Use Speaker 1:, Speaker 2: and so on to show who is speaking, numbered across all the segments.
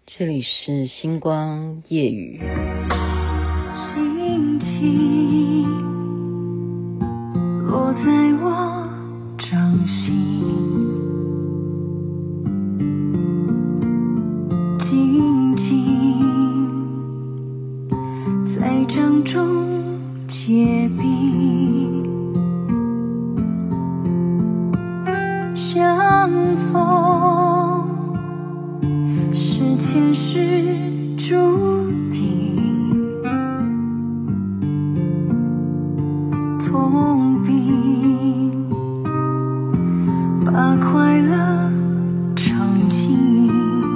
Speaker 1: 这里是星光夜雨。
Speaker 2: 轻轻落在我掌心，静静在掌中结冰，相逢是前世注定，痛并把快乐尝尽，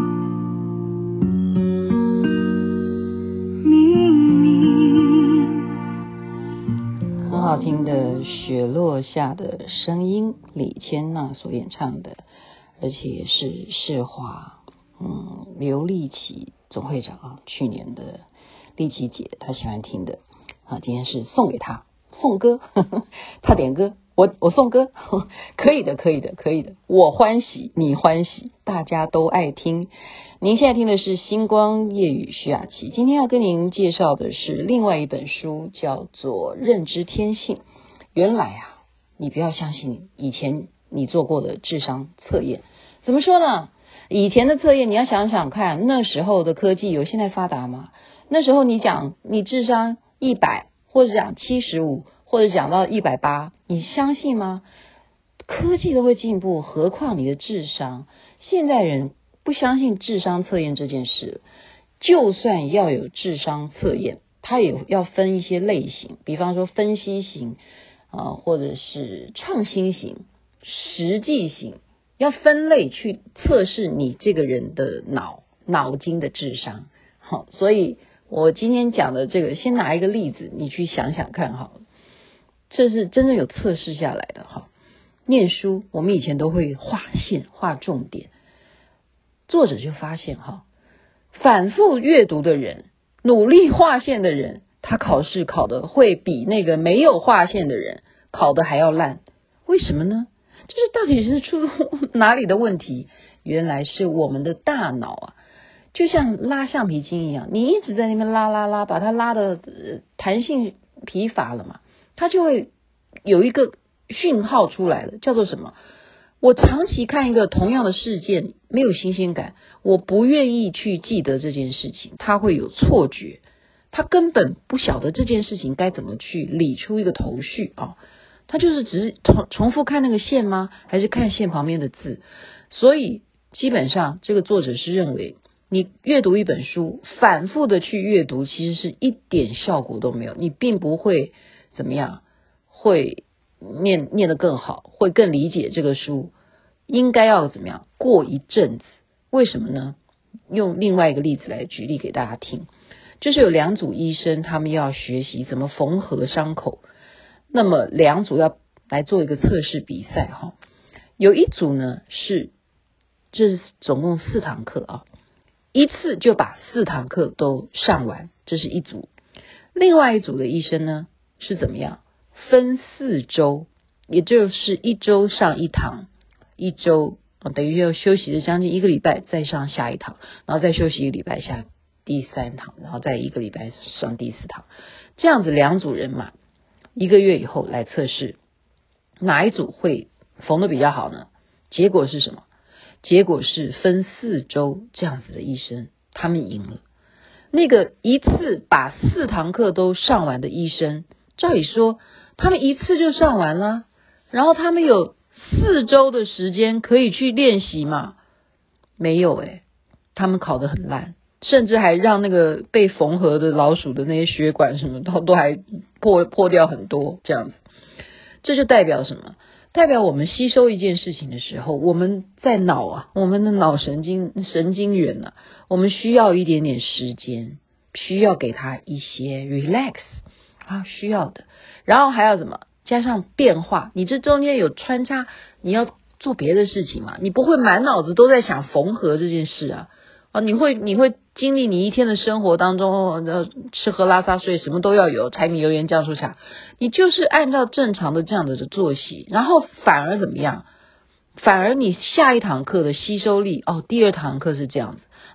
Speaker 2: 明明
Speaker 1: 很好听的雪落下的声音，李千娜所演唱的，而且也是世华刘丽琪总会长啊，去年的丽琪姐她喜欢听的啊，今天是送给她送歌她点歌，我送歌可以的，我欢喜你欢喜，大家都爱听。您现在听的是星光夜雨徐雅琪，今天要跟您介绍的是另外一本书，叫做认知天性。原来啊，你不要相信以前你做过的智商测验。怎么说呢？以前的测验你要想想看，那时候的科技有现在发达吗？那时候你讲你智商100，或者讲75，或者讲到180，你相信吗？科技都会进步，何况你的智商？现代人不相信智商测验这件事，就算要有智商测验，它也要分一些类型，比方说分析型或者是创新型、实际型，要分类去测试你这个人的脑筋的智商。好，所以我今天讲的这个，先拿一个例子，你去想想看好了，这是真正有测试下来的哈。念书我们以前都会划线划重点，作者就发现哈，反复阅读的人，努力划线的人，他考试考的会比那个没有划线的人考的还要烂。为什么呢？就是到底是出哪里的问题？原来是我们的大脑啊，就像拉橡皮筋一样，你一直在那边拉，把它拉的弹性疲乏了嘛，它就会有一个讯号出来了，叫做什么？我长期看一个同样的事件没有新鲜感，我不愿意去记得这件事情，他会有错觉，他根本不晓得这件事情该怎么去理出一个头绪啊。他就是只是重复看那个线吗？还是看线旁边的字？所以基本上这个作者是认为，你阅读一本书，反复的去阅读，其实是一点效果都没有，你并不会怎么样，会念得更好，会更理解这个书。应该要怎么样？过一阵子。为什么呢？用另外一个例子来举例给大家听，就是有2组医生，他们要学习怎么缝合伤口。那么2组要来做一个测试比赛哈。有一组呢这是总共4堂课啊，一次就把4堂课都上完，这是一组。另外一组的医生呢是怎么样？分4周，也就是1周上1堂，1周等于要休息了将近1个礼拜，再上下一堂，然后再休息1个礼拜，下第3堂，然后再1个礼拜上第4堂，这样子2组人马，1个月以后来测试哪一组会缝得比较好呢？结果是什么？结果是分4周这样子的医生，他们赢了。那个一次把4堂课都上完的医生，照理说他们一次就上完了，然后他们有4周的时间可以去练习嘛？没有他们考得很烂，甚至还让那个被缝合的老鼠的那些血管什么都还破掉很多这样子。这就代表什么？代表我们吸收一件事情的时候，我们在我们的脑神经元我们需要一点点时间，需要给它一些 relax 需要的。然后还要怎么？加上变化，你这中间有穿插，你要做别的事情嘛，你不会满脑子都在想缝合这件事你会经历你一天的生活当中，吃喝拉撒睡什么都要有，柴米油盐酱醋茶，你就是按照正常的这样的作息，然后反而怎么样？反而你下一堂课的吸收力第2堂课是这样子，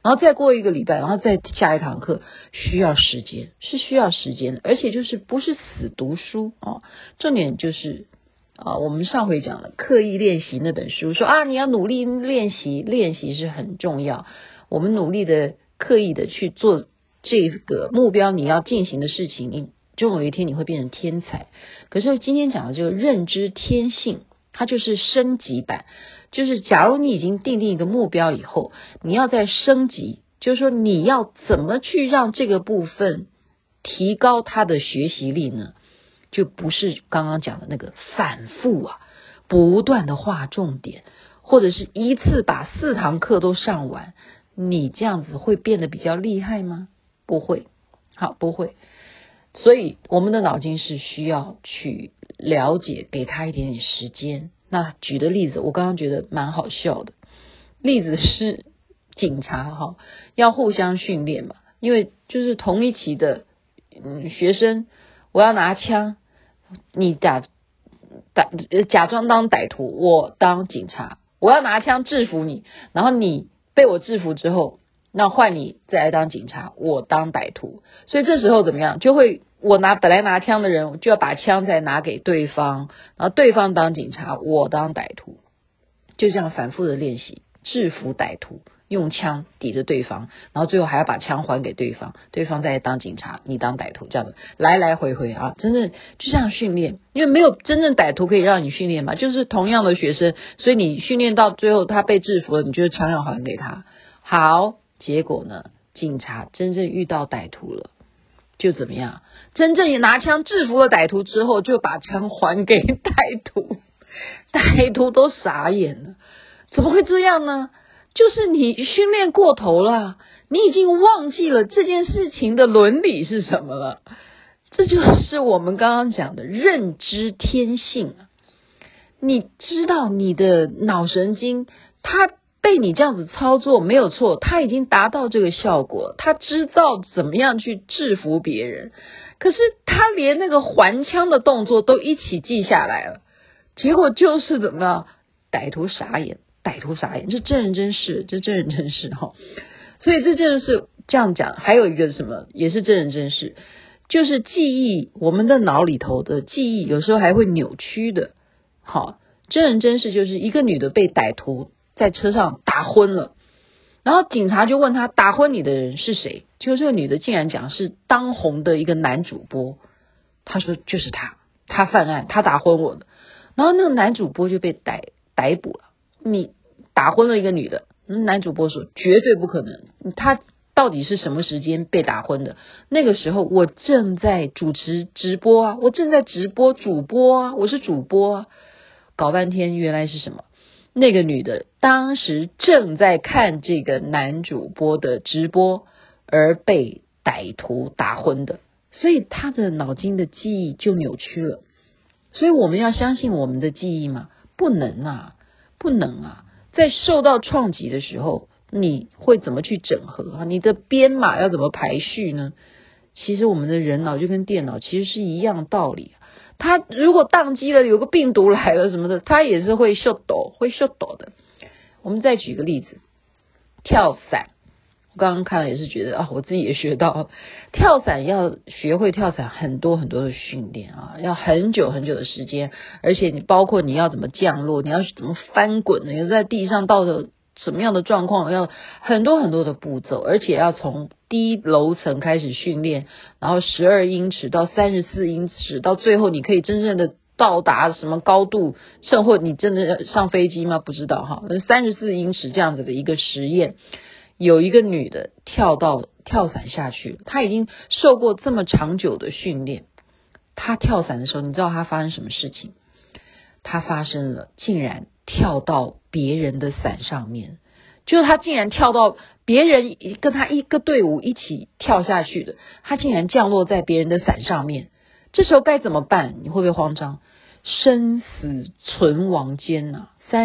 Speaker 1: 然后再过一个礼拜，然后再下一堂课，需要时间，是需要时间的，而且就是不是死读书哦，重点就是我们上回讲了刻意练习那本书说你要努力练习，练习是很重要，我们努力的刻意的去做这个目标你要进行的事情，你终有一天你会变成天才。可是今天讲的这个认知天性，它就是升级版，就是假如你已经定一个目标以后，你要再升级，就是说你要怎么去让这个部分提高它的学习力呢？就不是刚刚讲的那个反复不断的画重点，或者是一次把4堂课都上完，你这样子会变得比较厉害吗？不会，好，不会。所以我们的脑筋是需要去了解，给他一点点时间。那举的例子我刚刚觉得蛮好笑的，例子是警察要互相训练嘛，因为就是同一期的学生，我要拿枪，你假装当歹徒，我当警察，我要拿枪制服你，然后你被我制服之后，那换你再来当警察，我当歹徒。所以这时候怎么样，就会本来拿枪的人就要把枪再拿给对方，然后对方当警察，我当歹徒，就这样反复的练习制服歹徒，用枪抵着对方，然后最后还要把枪还给对方，对方再当警察，你当歹徒，这样的来来回回真的就这样训练。因为没有真正歹徒可以让你训练嘛，就是同样的学生，所以你训练到最后他被制服了，你就是枪要还给他。好，结果呢，警察真正遇到歹徒了，就怎么样？真正也拿枪制服了歹徒之后，就把枪还给歹徒，歹徒都傻眼了，怎么会这样呢？就是你训练过头了，你已经忘记了这件事情的伦理是什么了。这就是我们刚刚讲的认知天性。你知道你的脑神经它被你这样子操作没有错，它已经达到这个效果，它知道怎么样去制服别人，可是它连那个还枪的动作都一起记下来了，结果就是怎么样，歹徒傻眼，这真人真事，所以这真的是这样讲。还有一个什么也是真人真事，就是记忆，我们的脑里头的记忆有时候还会扭曲的。好，真人真事就是一个女的被歹徒在车上打昏了，然后警察就问他打昏你的人是谁，结果这个女的竟然讲是当红的一个男主播，他说就是他犯案，他打昏我的。然后那个男主播就被逮捕了，你打昏了一个女的。男主播说绝对不可能，他到底是什么时间被打昏的？那个时候我正在主持直播我正在直播主播我是主播搞半天原来是什么？那个女的当时正在看这个男主播的直播而被歹徒打昏的，所以她的脑筋的记忆就扭曲了。所以我们要相信我们的记忆吗？不能在受到创击的时候，你会怎么去整合你的编码要怎么排序呢？其实我们的人脑就跟电脑其实是一样道理，它如果宕机了，有个病毒来了什么的，它也是会秀抖的。我们再举个例子，跳伞，我刚刚看了也是觉得我自己也学到跳伞，要学会跳伞很多很多的训练要很久很久的时间，而且你包括你要怎么降落，你要怎么翻滚，你要在地上到的什么样的状况，要很多很多的步骤，而且要从低楼层开始训练，然后12英尺到34英尺，到最后你可以真正的到达什么高度，甚或你真的上飞机吗？不知道34英尺这样子的一个实验。有一个女的跳伞下去，她已经受过这么长久的训练，她跳伞的时候，你知道她发生什么事情？她发生了竟然跳到别人的伞上面，就是她竟然跳到别人跟她一个队伍一起跳下去的，她竟然降落在别人的伞上面。这时候该怎么办？你会不会慌张？生死存亡间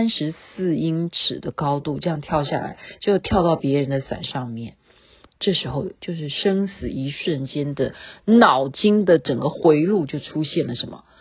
Speaker 1: 34英尺的高度这样跳下来，就跳到别人的伞上面。这时候就是生死一瞬间的脑筋的整个回路就出现了什么？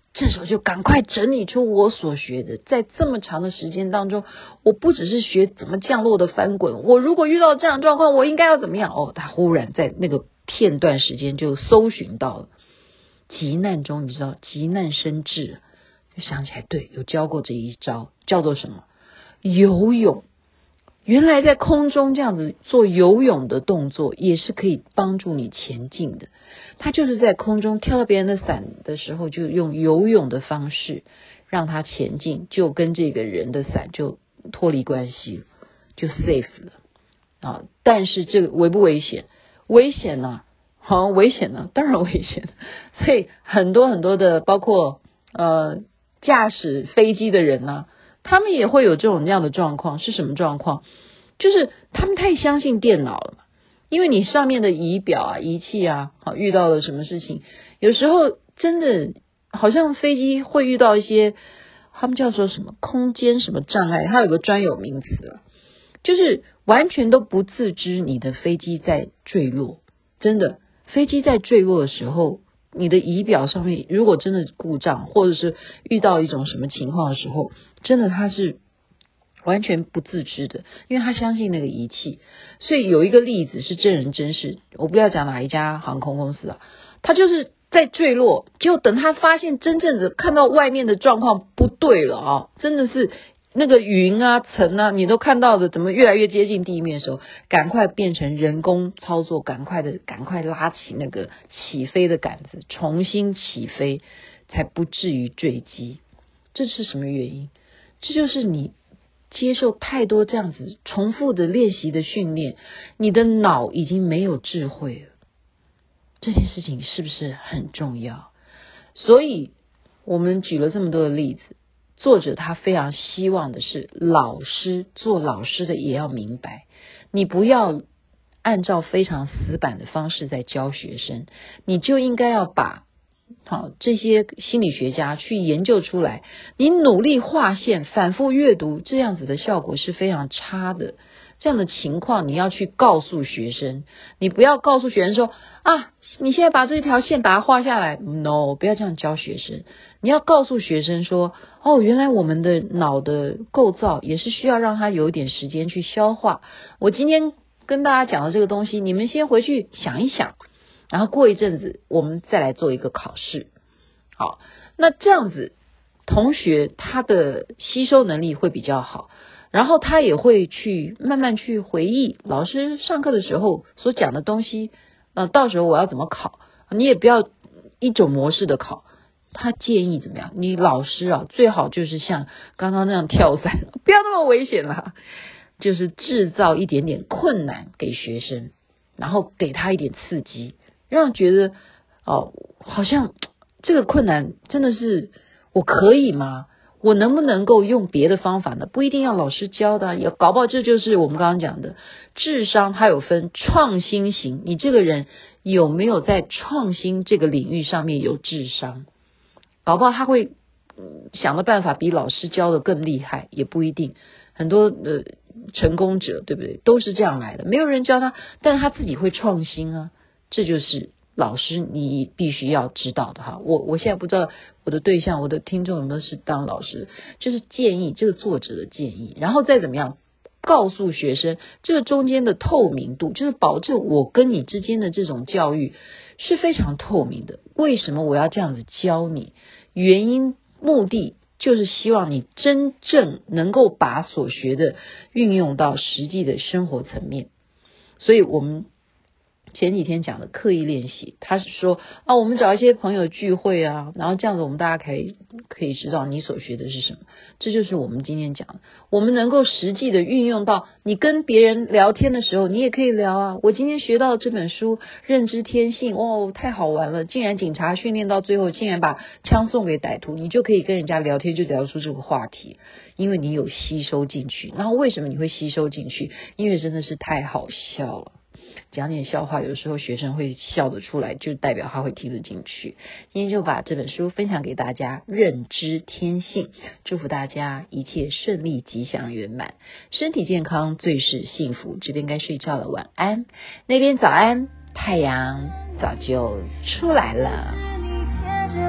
Speaker 1: 这时候就赶快整理出我所学的，在这么长的时间当中，我不只是学怎么降落的翻滚，我如果遇到这样的状况，我应该要怎么样？他忽然在那个片段时间就搜寻到了急难中，你知道急难生智，就想起来，对，有教过这一招，叫做什么？游泳。原来在空中这样子做游泳的动作也是可以帮助你前进的。他就是在空中跳到别人的伞的时候，就用游泳的方式让他前进，就跟这个人的伞就脱离关系了，就 safe 了但是这个危不危险？危险啊，危险啊，当然危险。所以很多很多的包括驾驶飞机的人啊，他们也会有这样的状况。是什么状况？就是他们太相信电脑了嘛，因为你上面的仪表啊、仪器啊，遇到了什么事情，有时候真的好像飞机会遇到一些，他们叫做什么空间什么障碍，它有个专有名词就是完全都不自知你的飞机在坠落。真的，飞机在坠落的时候，你的仪表上面如果真的故障，或者是遇到一种什么情况的时候，真的它是完全不自知的，因为他相信那个仪器。所以有一个例子是真人真事，我不要讲哪一家航空公司他就是在坠落，结果等他发现真正的看到外面的状况不对了真的是那个云啊层啊你都看到的怎么越来越接近地面的时候，赶快变成人工操作，赶快拉起那个起飞的杆子，重新起飞，才不至于坠机。这是什么原因？这就是你接受太多这样子重复的练习的训练，你的脑已经没有智慧了。这件事情是不是很重要？所以我们举了这么多的例子，作者他非常希望的是做老师的也要明白，你不要按照非常死板的方式在教学生，你就应该要把这些心理学家去研究出来，你努力划线反复阅读，这样子的效果是非常差的。这样的情况你要去告诉学生，你不要告诉学生说你现在把这条线把它画下来， No， 不要这样教学生。你要告诉学生说原来我们的脑的构造也是需要让他有一点时间去消化，我今天跟大家讲的这个东西，你们先回去想一想，然后过一阵子我们再来做一个考试。好，那这样子同学他的吸收能力会比较好，然后他也会去慢慢去回忆老师上课的时候所讲的东西，到时候我要怎么考，你也不要一种模式的考。他建议怎么样？你老师最好就是像刚刚那样跳伞，不要那么危险啦，就是制造一点点困难给学生，然后给他一点刺激，让他觉得好像这个困难真的是我可以吗？我能不能够用别的方法呢？不一定要老师教的，也搞不好这就是我们刚刚讲的智商，它有分创新型，你这个人有没有在创新这个领域上面有智商，搞不好他会想的办法比老师教的更厉害，也不一定。很多成功者对不对，都是这样来的，没有人教他，但是他自己会创新这就是老师你必须要知道的我现在不知道我的对象我的听众有没有是当老师，就是建议这个作者的建议，然后再怎么样告诉学生这个中间的透明度，就是保证我跟你之间的这种教育是非常透明的。为什么我要这样子教你？原因目的就是希望你真正能够把所学的运用到实际的生活层面。所以我们前几天讲的刻意练习，他是说我们找一些朋友聚会然后这样子我们大家可以知道你所学的是什么。这就是我们今天讲的，我们能够实际的运用到你跟别人聊天的时候，你也可以聊我今天学到这本书认知天性太好玩了，竟然警察训练到最后竟然把枪送给歹徒，你就可以跟人家聊天，就聊出这个话题，因为你有吸收进去。然后为什么你会吸收进去？因为真的是太好笑了，讲点笑话有时候学生会笑得出来，就代表他会听得进去。今天就把这本书分享给大家，认知天性，祝福大家一切顺利吉祥圆满，身体健康最是幸福。这边该睡觉了，晚安，那边早安，太阳早就出来了。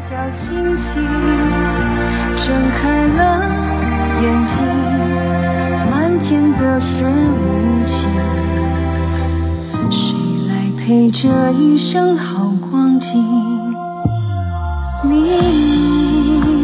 Speaker 2: 小星星睁开了眼睛，满天的顺无情，谁来陪这一生好光景？你